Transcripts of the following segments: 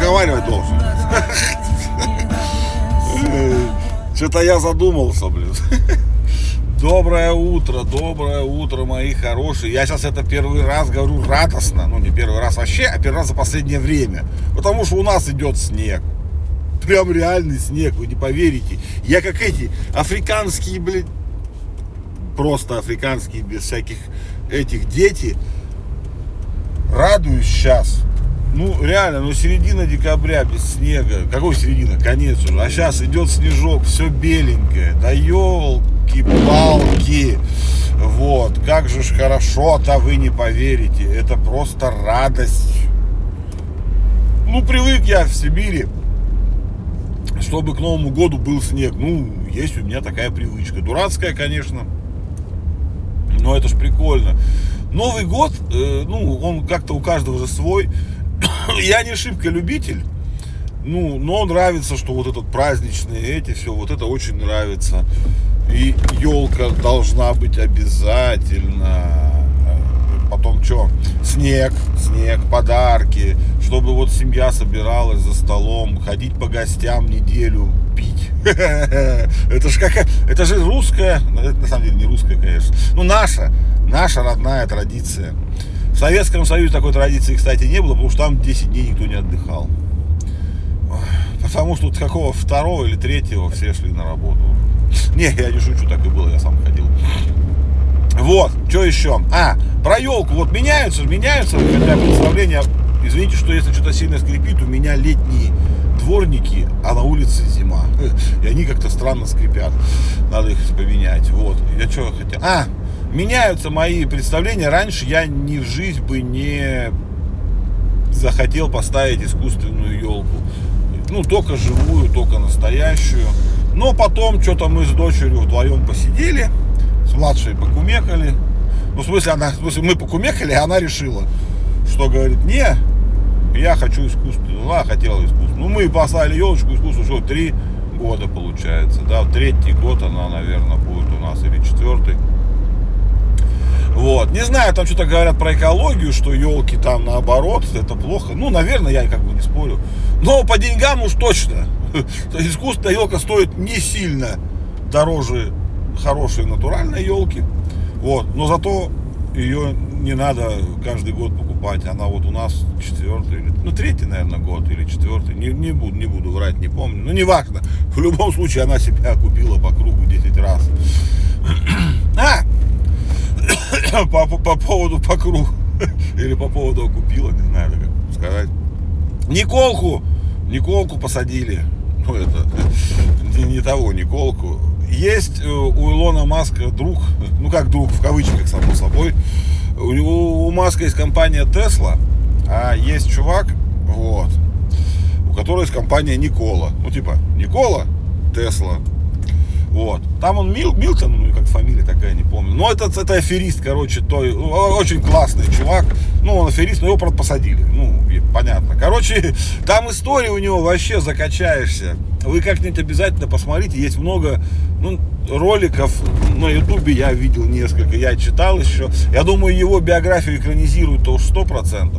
разговаривать должен. Что-то я задумался, блин. Доброе утро, мои хорошие. Я сейчас это первый раз говорю радостно. Ну, не первый раз вообще, а первый раз за последнее время. Потому что у нас идет снег. Прям реальный снег, вы не поверите. Я как эти африканские, блин, просто африканские, без всяких этих дети, радуюсь сейчас. Ну, реально, ну, середина декабря без снега. Какой середина? Конец уже. А сейчас идет снежок, все беленькое. Да елки-палки. Вот. Как же ж хорошо-то, вы не поверите. Это просто радость. Ну, привык я в Сибири, чтобы к Новому году был снег. Ну, есть у меня такая привычка. Дурацкая, конечно. Но это ж прикольно. Новый год, ну, он как-то у каждого же свой. Я не шибко любитель, ну, но нравится, что вот этот праздничный, эти все, вот это очень нравится. И елка должна быть обязательно. Потом что? Снег, подарки, чтобы вот семья собиралась за столом, ходить по гостям неделю, пить. Это же русская, это на самом деле не русская, конечно, ну, наша родная традиция. В Советском Союзе такой традиции, кстати, не было, потому что там 10 дней никто не отдыхал. Потому что с какого 2 или 3 все шли на работу. Не, я не шучу, так и было, я сам ходил. Вот, что еще? Про елку. Вот меняются, хотя представление, извините, что если что-то сильно скрипит, у меня летние дворники, а на улице зима. И они как-то странно скрипят. Надо их поменять. Вот, я что хотел? Меняются мои представления. Раньше я ни в жизнь бы не захотел поставить искусственную елку. Ну, только живую, только настоящую. Но потом что-то мы с дочерью вдвоем посидели, с младшей покумекали. Ну, в смысле, мы покумекали, а она решила, что говорит, не, я хочу искусственную. Она хотела искусственную. Ну, мы поставили елочку искусственную, что 3 года получается. Да, 3-й год она, наверное, будет у нас, или 4-й. Вот, не знаю, там что-то говорят про экологию, что елки там наоборот, это плохо. Ну, наверное, я как бы не спорю. Но по деньгам уж точно. Искусственная елка стоит не сильно дороже хорошей натуральной елки. Вот, но зато ее не надо каждый год покупать. Она вот у нас 4-й, ну, 3-й, наверное, год или 4-й. Не буду врать, не помню. Ну, не важно. В любом случае, она себя купила по кругу 10 раз. По поводу по кругу или по поводу окупила, не знаю, как сказать. Николку посадили. Ну, это не того Николку. Есть у Илона Маска друг, ну как друг, в кавычках, само собой. У Маска есть компания Tesla, а есть чувак, вот, у которого есть компания Никола. Ну, типа, Никола, Tesla. Вот. Там он Милтон, ну как фамилия такая, не помню. Но это аферист, короче, очень классный чувак. Ну, он аферист, но его, правда, посадили. Ну, понятно. Короче, там история у него вообще закачаешься. Вы как-нибудь обязательно посмотрите. Есть много роликов на Ютубе, я видел несколько, я читал еще. Я думаю, его биографию экранизируют-то уж 100%.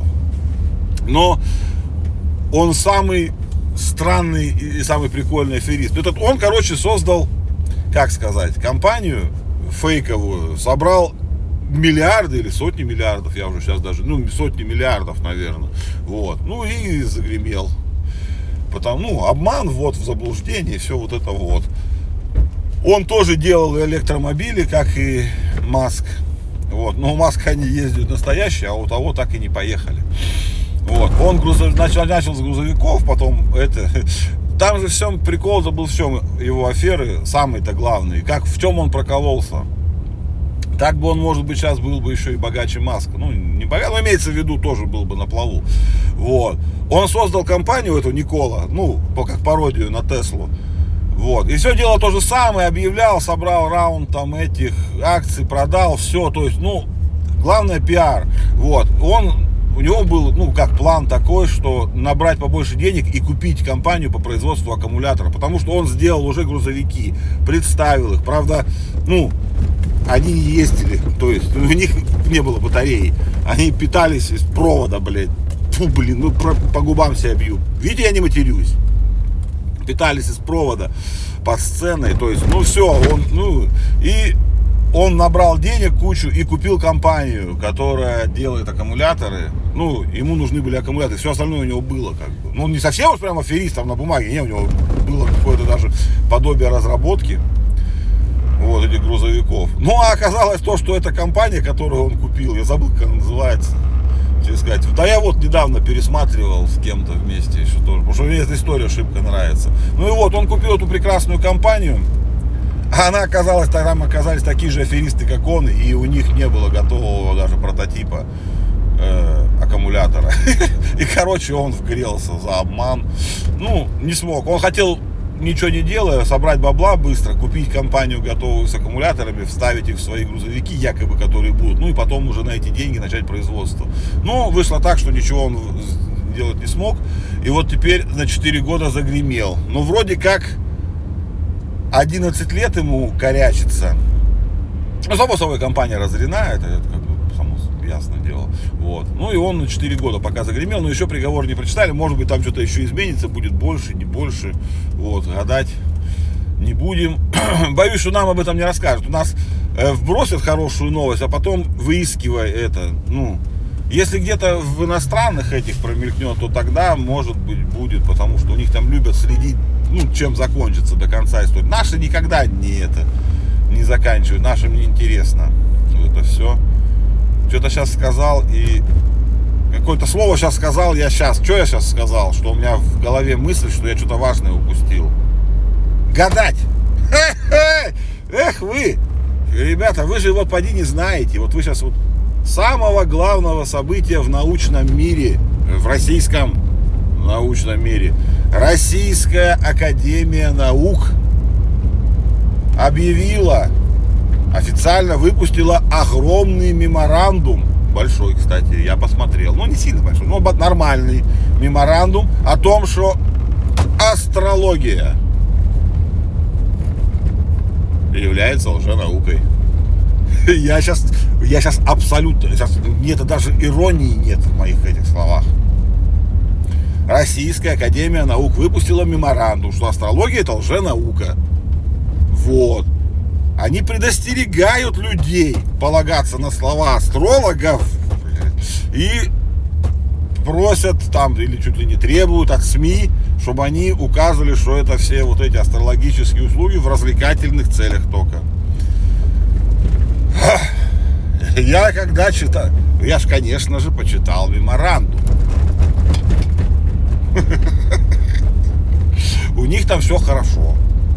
Но он самый странный и самый прикольный аферист. Он, короче, создал, как сказать, компанию фейковую, собрал миллиарды или сотни миллиардов, я уже сейчас даже, сотни миллиардов, наверное, вот, ну и загремел, потому, обман, ввод в заблуждение, все вот это вот. Он тоже делал электромобили, как и Маск, вот, но у Маска они ездят настоящие, а у того так и не поехали. Вот, он начал с грузовиков, потом там же в прикол-то был в чем его аферы, самый-то главный, в чем он прокололся. Так бы он, может быть, сейчас был бы еще и богаче Маска. Ну, не богаче, но имеется в виду, тоже был бы на плаву. Вот. Он создал компанию эту Никола, как пародию на Теслу. Вот. И все дело то же самое, объявлял, собрал раунд там этих акций, продал, все. То есть, главное пиар. Вот. У него был, план такой, что набрать побольше денег и купить компанию по производству аккумулятора. Потому что он сделал уже грузовики, представил их. Правда, они не ездили, то есть у них не было батареи. Они питались из провода, блядь. Фу, блин, ну по губам себя бью. Видите, я не матерюсь. Питались из провода под сценой. То есть, ну все, он набрал денег кучу и купил компанию, которая делает аккумуляторы. Ну, ему нужны были аккумуляторы, все остальное у него было как бы. Ну, он не совсем уж прямо аферистом на бумаге, не, у него было какое-то даже подобие разработки вот этих грузовиков. Ну, а оказалось то, что эта компания, которую он купил, я забыл, как она называется, сказать. Да я вот недавно пересматривал с кем-то вместе еще тоже, потому что мне эта история шибко нравится. Ну и вот, он купил эту прекрасную компанию, а она оказалась, там оказались такие же аферисты, как он, и у них не было готового даже прототипа аккумулятора. И, короче, он вгрелся за обман. Ну, не смог. Он хотел, ничего не делая, собрать бабла быстро, купить компанию готовую с аккумуляторами, вставить их в свои грузовики, якобы, которые будут, ну и потом уже на эти деньги начать производство. Но вышло так, что ничего он делать не смог. И вот теперь на 4 года загремел. Ну, вроде как 11 лет ему корячится. Ну, само собой, компания разорена, это как бы само ясное дело. Вот. Ну и он на 4 года пока загремел, но еще приговор не прочитали. Может быть, там что-то еще изменится, будет больше, не больше. Вот, гадать не будем. Боюсь, что нам об этом не расскажут. У нас вбросят хорошую новость, а потом выискивая это, ну, если где-то в иностранных этих промелькнет, то тогда, может быть, будет, потому что у них там любят следить, ну, чем закончится до конца история. Наши никогда не заканчивают, нашим не интересно это все. Что-то сейчас сказал и какое-то слово сейчас сказал, что я сейчас сказал, что у меня в голове мысль, что я что-то важное упустил. Гадать! Эх вы! Ребята, вы же вот поди не знаете, вот вы сейчас вот самого главного события в научном мире, в российском научном мире, Российская академия наук объявила, официально выпустила огромный меморандум, большой, кстати, я посмотрел, ну не сильно большой, но нормальный меморандум о том, что астрология является лженаукой. Я сейчас абсолютно, это даже иронии нет в моих этих словах. Российская академия наук выпустила меморандум, что астрология — это лженаука. Вот. Они предостерегают людей полагаться на слова астрологов и просят там, или чуть ли не требуют от СМИ, чтобы они указывали, что это все вот эти астрологические услуги в развлекательных целях только. Я когда читал, я же, конечно же, почитал меморандум. У них там все хорошо.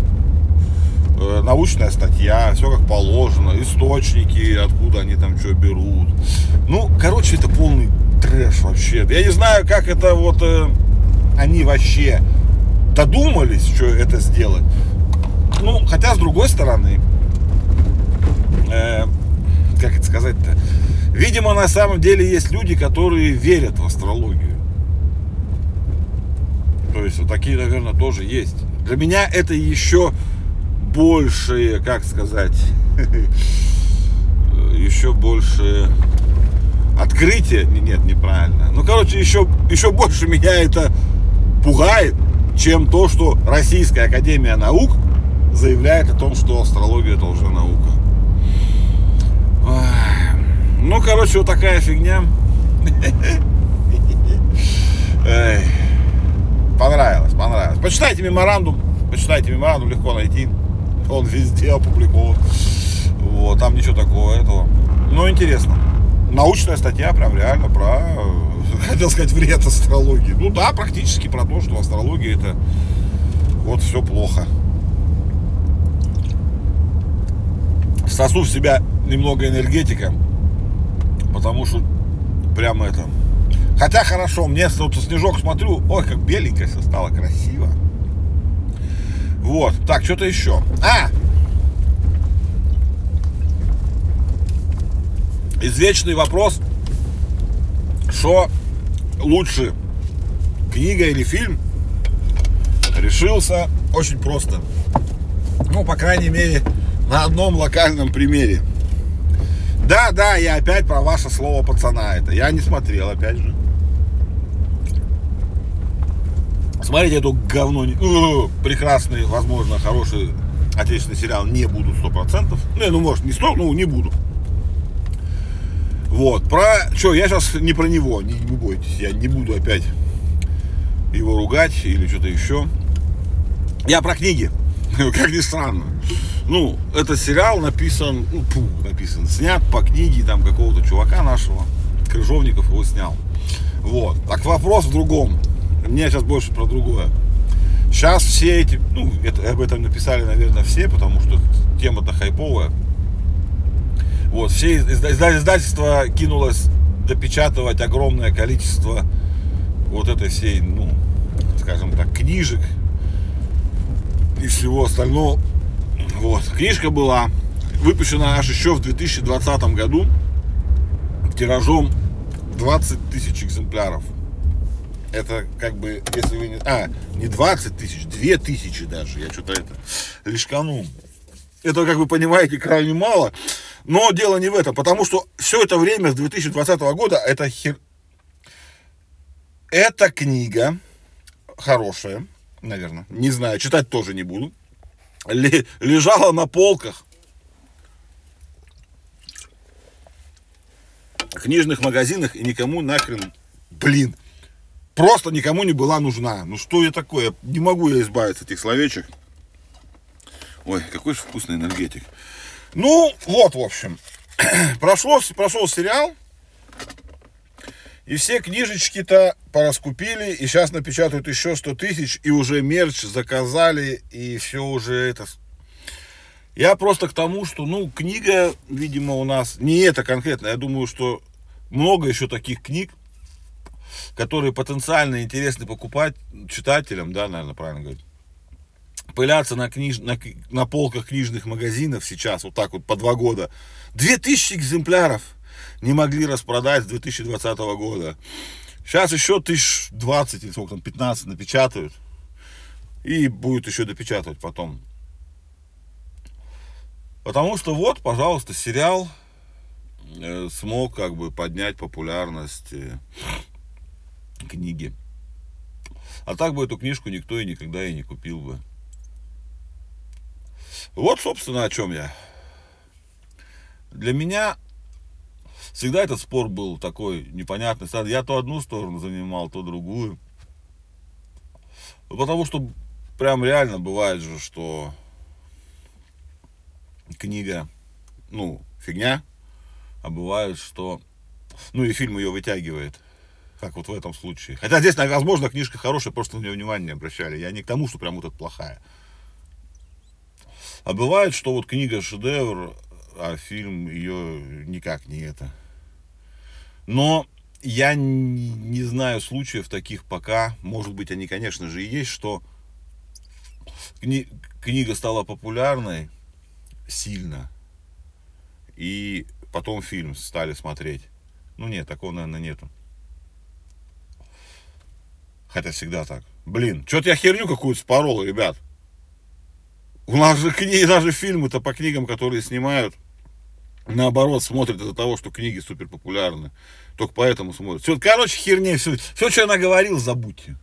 Научная статья, все как положено, источники, откуда они там что берут. Ну, короче, это полный трэш вообще. Я не знаю, как это вот они вообще додумались, что это сделать. Ну, хотя, с другой стороны, как это сказать-то, видимо, на самом деле есть люди, которые верят в астрологию. То есть вот такие, наверное, тоже есть. Для меня это еще больше, как сказать, еще больше открытие. Нет, неправильно. Ну, короче, еще больше меня это пугает, чем то, что Российская академия наук заявляет о том, что астрология — это лженаука. Ну, короче, вот такая фигня. Понравилось. Почитайте меморандум, легко найти. Он везде опубликован. Вот, там ничего такого этого. Ну, интересно. Научная статья прям реально про, хотел сказать, вред астрологии. Ну да, практически про то, что астрология — это вот все плохо. Всосу в себя немного энергетика, потому что прямо это. Хотя хорошо, мне вот снежок смотрю, ой, как беленько все стало, красиво. Вот, так, что-то еще. Извечный вопрос, что лучше, книга или фильм, решился очень просто. Ну, по крайней мере, на одном локальном примере. Да, я опять про ваше слово пацана это. Я не смотрел, опять же. Смотрите эту говно, прекрасный, возможно, хороший отечественный сериал не буду 100%. Ну, может, не 100, ну, не буду. Вот, я сейчас не про него, не бойтесь, я не буду опять его ругать или что-то еще. Я про книги, как ни странно. Ну, этот сериал написан, снят по книге там какого-то чувака нашего, Крыжовников его снял. Вот, так вопрос в другом. Мне сейчас больше про другое. Сейчас все эти, об этом написали, наверное, все, потому что тема-то хайповая. Вот, все издательство кинулось допечатывать огромное количество вот этой всей, скажем так, книжек и всего остального. Вот, книжка была выпущена аж еще в 2020 году тиражом 20 тысяч экземпляров. Это как бы, если вы не 20 тысяч, 2000 даже, я что-то лишканул. Это, как вы понимаете, крайне мало. Но дело не в этом, потому что все это время с 2020 года эта книга хорошая, наверное, не знаю, читать тоже не буду, лежала на полках в книжных магазинах и никому нахрен, просто никому не была нужна. Ну что я такое? Не могу я избавиться от этих словечек. Ой, какой же вкусный энергетик. Ну, вот, в общем. Прошел сериал. И все книжечки-то пораскупили. И сейчас напечатают еще 100 тысяч. И уже мерч заказали. И все уже это... Я просто к тому, что, книга, видимо, у нас... Не это конкретно. Я думаю, что много еще таких книг, которые потенциально интересны покупать читателям, да, наверное, правильно говорить. Пылятся на полках книжных магазинов сейчас, вот так вот по 2 года. 2000 экземпляров не могли распродать с 2020 года. Сейчас еще 1020 или сколько там, 15 напечатают. И будет еще допечатывать потом. Потому что вот, пожалуйста, сериал смог как бы поднять популярность книги. А так бы эту книжку никто и никогда и не купил бы. Вот, собственно, о чем я. Для меня всегда этот спор был такой непонятный. Я то одну сторону занимал, то другую. Потому что прям реально бывает же, что книга, фигня, а бывает, что, и фильм ее вытягивает. Как вот в этом случае. Хотя здесь, возможно, книжка хорошая, просто на нее внимания не обращали. Я не к тому, что прям вот это плохая. А бывает, что вот книга шедевр, а фильм ее никак не это. Но я не знаю случаев таких пока. Может быть, они, конечно же, и есть, что книга стала популярной сильно. И потом фильм стали смотреть. Нет, такого, наверное, нету. Хотя всегда так. Что-то я херню какую-то спорол, ребят. У нас же даже фильмы-то по книгам, которые снимают, наоборот, смотрят из-за того, что книги супер популярны. Только поэтому смотрят. Все, херня. Все, что я наговорил, забудьте.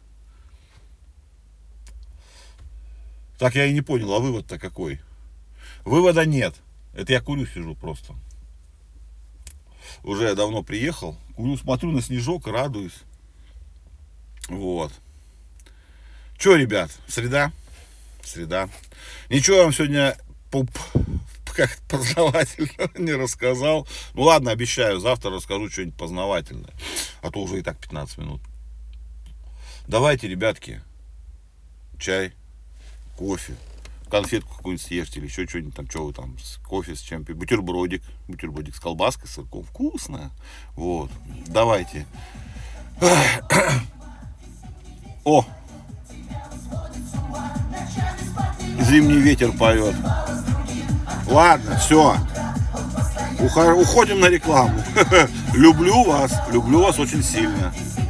Так я и не понял, а вывод-то какой? Вывода нет. Это я курю сижу просто. Уже я давно приехал. Курю, смотрю на снежок и радуюсь. Вот. Че, ребят, среда. Ничего я вам сегодня как познавательно не рассказал. Ладно, обещаю, завтра расскажу что-нибудь познавательное. А то уже и так 15 минут. Давайте, ребятки, чай, кофе, конфетку какую-нибудь съешьте или еще что-нибудь там, что вы там, кофе с чем-то, бутербродик с колбаской, с сырком, вкусно. Вот, давайте. О! Зимний ветер поет. Ладно, все. Уходим на рекламу. Люблю вас очень сильно.